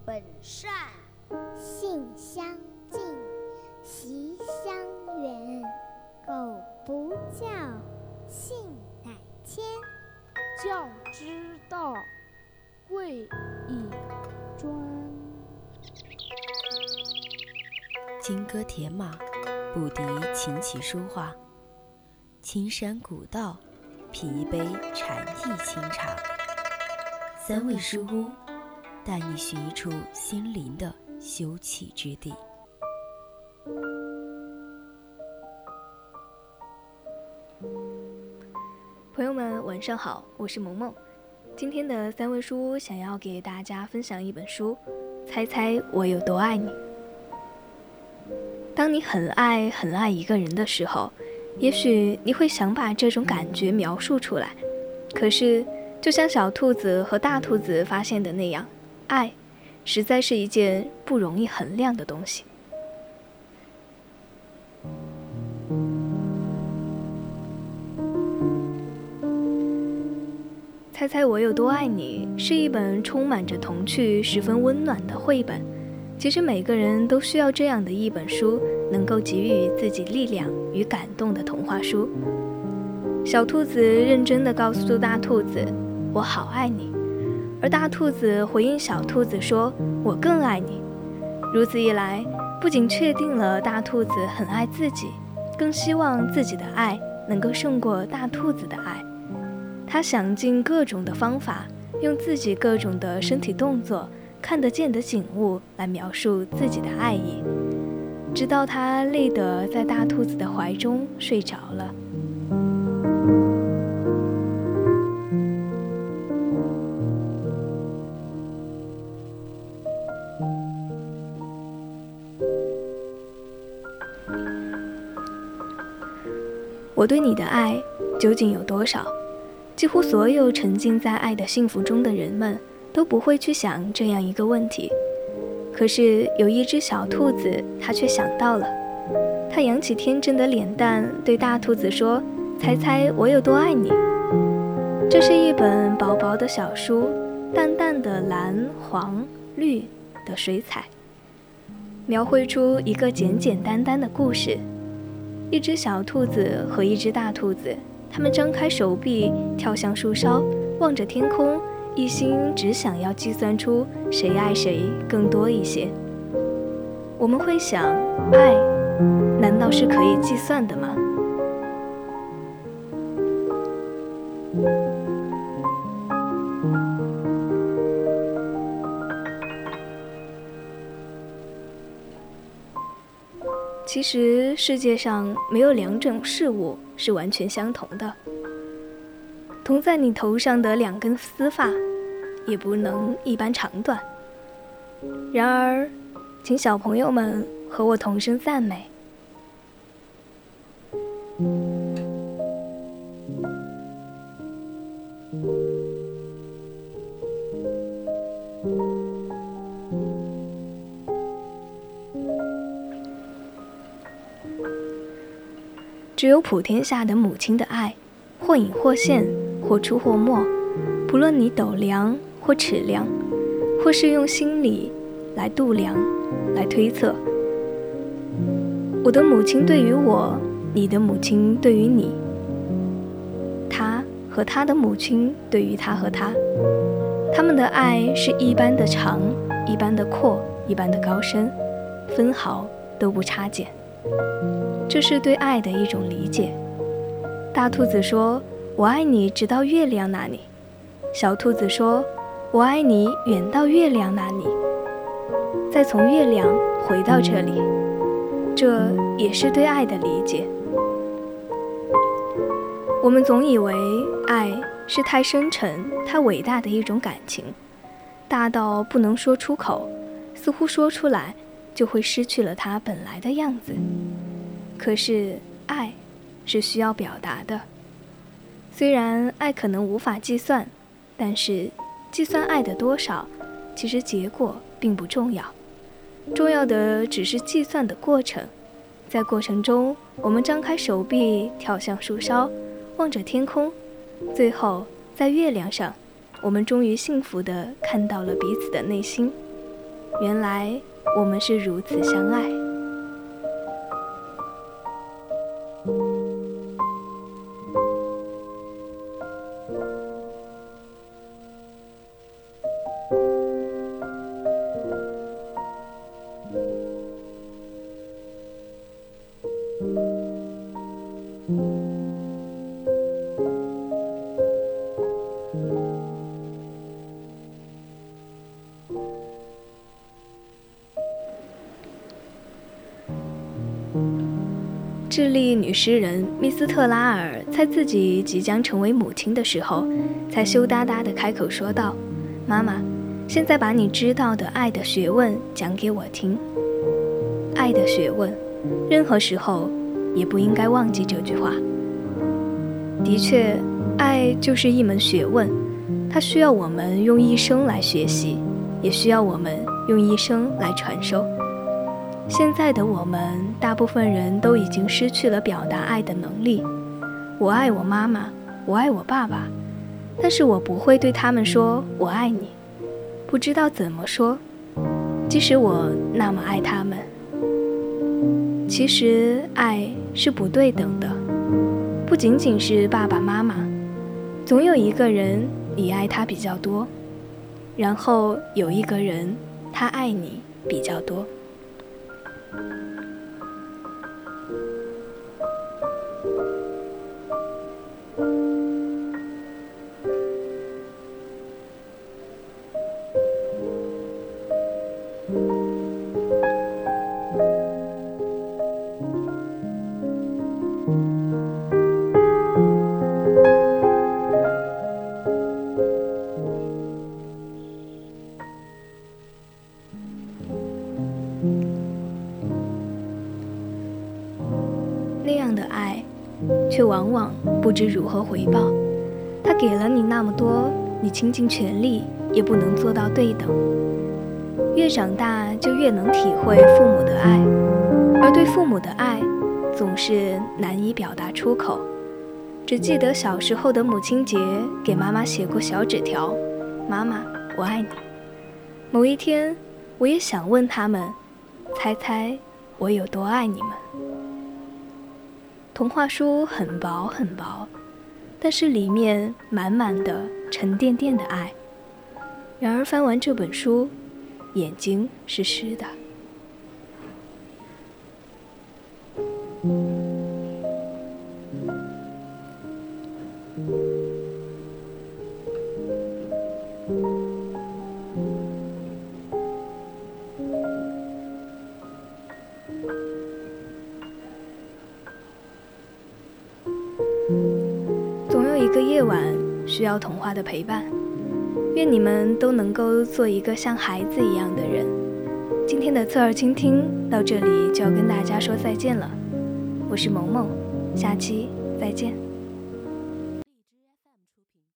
本善， 性相近，习相远。苟不教，性乃迁。 教之道，贵以专。 金戈铁马，不敌琴棋书画。青山古道，品一杯禅意清茶。三味书屋，带你寻一处心灵的休憩之地。 朋友们晚上好，我是萌萌。今天的三味书屋想要给大家分享一本书，猜猜我有多爱你。当你很爱很爱一个人的时候，也许你会想把这种感觉描述出来，可是就像小兔子和大兔子发现的那样，爱实在是一件不容易衡量的东西。猜猜我有多爱你是一本充满着童趣、十分温暖的绘本。其实每个人都需要这样的一本书，能够给予自己力量与感动的童话书。小兔子认真地告诉大兔子：“我好爱你。”而大兔子回应小兔子说：“我更爱你。”如此一来，不仅确定了大兔子很爱自己，更希望自己的爱能够胜过大兔子的爱。他想尽各种的方法，用自己各种的身体动作、看得见的景物来描述自己的爱意，直到他累得在大兔子的怀中睡着了。我对你的爱究竟有多少？几乎所有沉浸在爱的幸福中的人们都不会去想这样一个问题。可是有一只小兔子，它却想到了。它扬起天真的脸蛋，对大兔子说：“猜猜我有多爱你。”这是一本薄薄的小书，淡淡的蓝、黄、绿的水彩，描绘出一个简简单单的故事。一只小兔子和一只大兔子，它们张开手臂，跳向树梢，望着天空，一心只想要计算出谁爱谁更多一些。我们会想，爱难道是可以计算的吗？其实世界上没有两种事物是完全相同的，同在你头上的两根丝发也不能一般长短。然而，请小朋友们和我同声赞美。只有普天下的母亲的爱，或隐或现，或出或没，不论你斗量或尺量，或是用心理来度量，来推测。我的母亲对于我，你的母亲对于你，他和他的母亲对于他和他，他们的爱是一般的长，一般的阔，一般的高深，分毫都不差减。这是对爱的一种理解。大兔子说：“我爱你直到月亮那里。”小兔子说：“我爱你远到月亮那里，再从月亮回到这里。”这也是对爱的理解。我们总以为爱是太深沉、太伟大的一种感情，大到不能说出口，似乎说出来就会失去了它本来的样子。可是爱是需要表达的，虽然爱可能无法计算，但是计算爱的多少，其实结果并不重要，重要的只是计算的过程。在过程中，我们张开手臂，跳向树梢，望着天空，最后在月亮上，我们终于幸福地看到了彼此的内心。 原来我们是如此相爱。智利女诗人密斯特拉尔在自己即将成为母亲的时候，才羞答答地开口说道：“妈妈，现在把你知道的爱的学问讲给我听。”爱的学问，任何时候也不应该忘记这句话。的确，爱就是一门学问，它需要我们用一生来学习，也需要我们用一生来传授。现在的我们，大部分人都已经失去了表达爱的能力。我爱我妈妈，我爱我爸爸，但是我不会对他们说我爱你，不知道怎么说，即使我那么爱他们。其实爱是不对等的，不仅仅是爸爸妈妈，总有一个人你爱他比较多，然后有一个人他爱你比较多。那样的爱，却往往不知如何回报。他给了你那么多，你倾尽全力也不能做到对等。越长大，就越能体会父母的爱，而对父母的爱，总是难以表达出口。只记得小时候的母亲节，给妈妈写过小纸条：“妈妈，我爱你。”某一天，我也想问他们，猜猜我有多爱你们？童话书很薄很薄，但是里面满满的沉甸甸的爱。然而翻完这本书，眼睛是湿的。总有一个夜晚需要童话的陪伴，愿你们都能够做一个像孩子一样的人。今天的侧耳倾听到这里就要跟大家说再见了，我是萌萌，下期再见。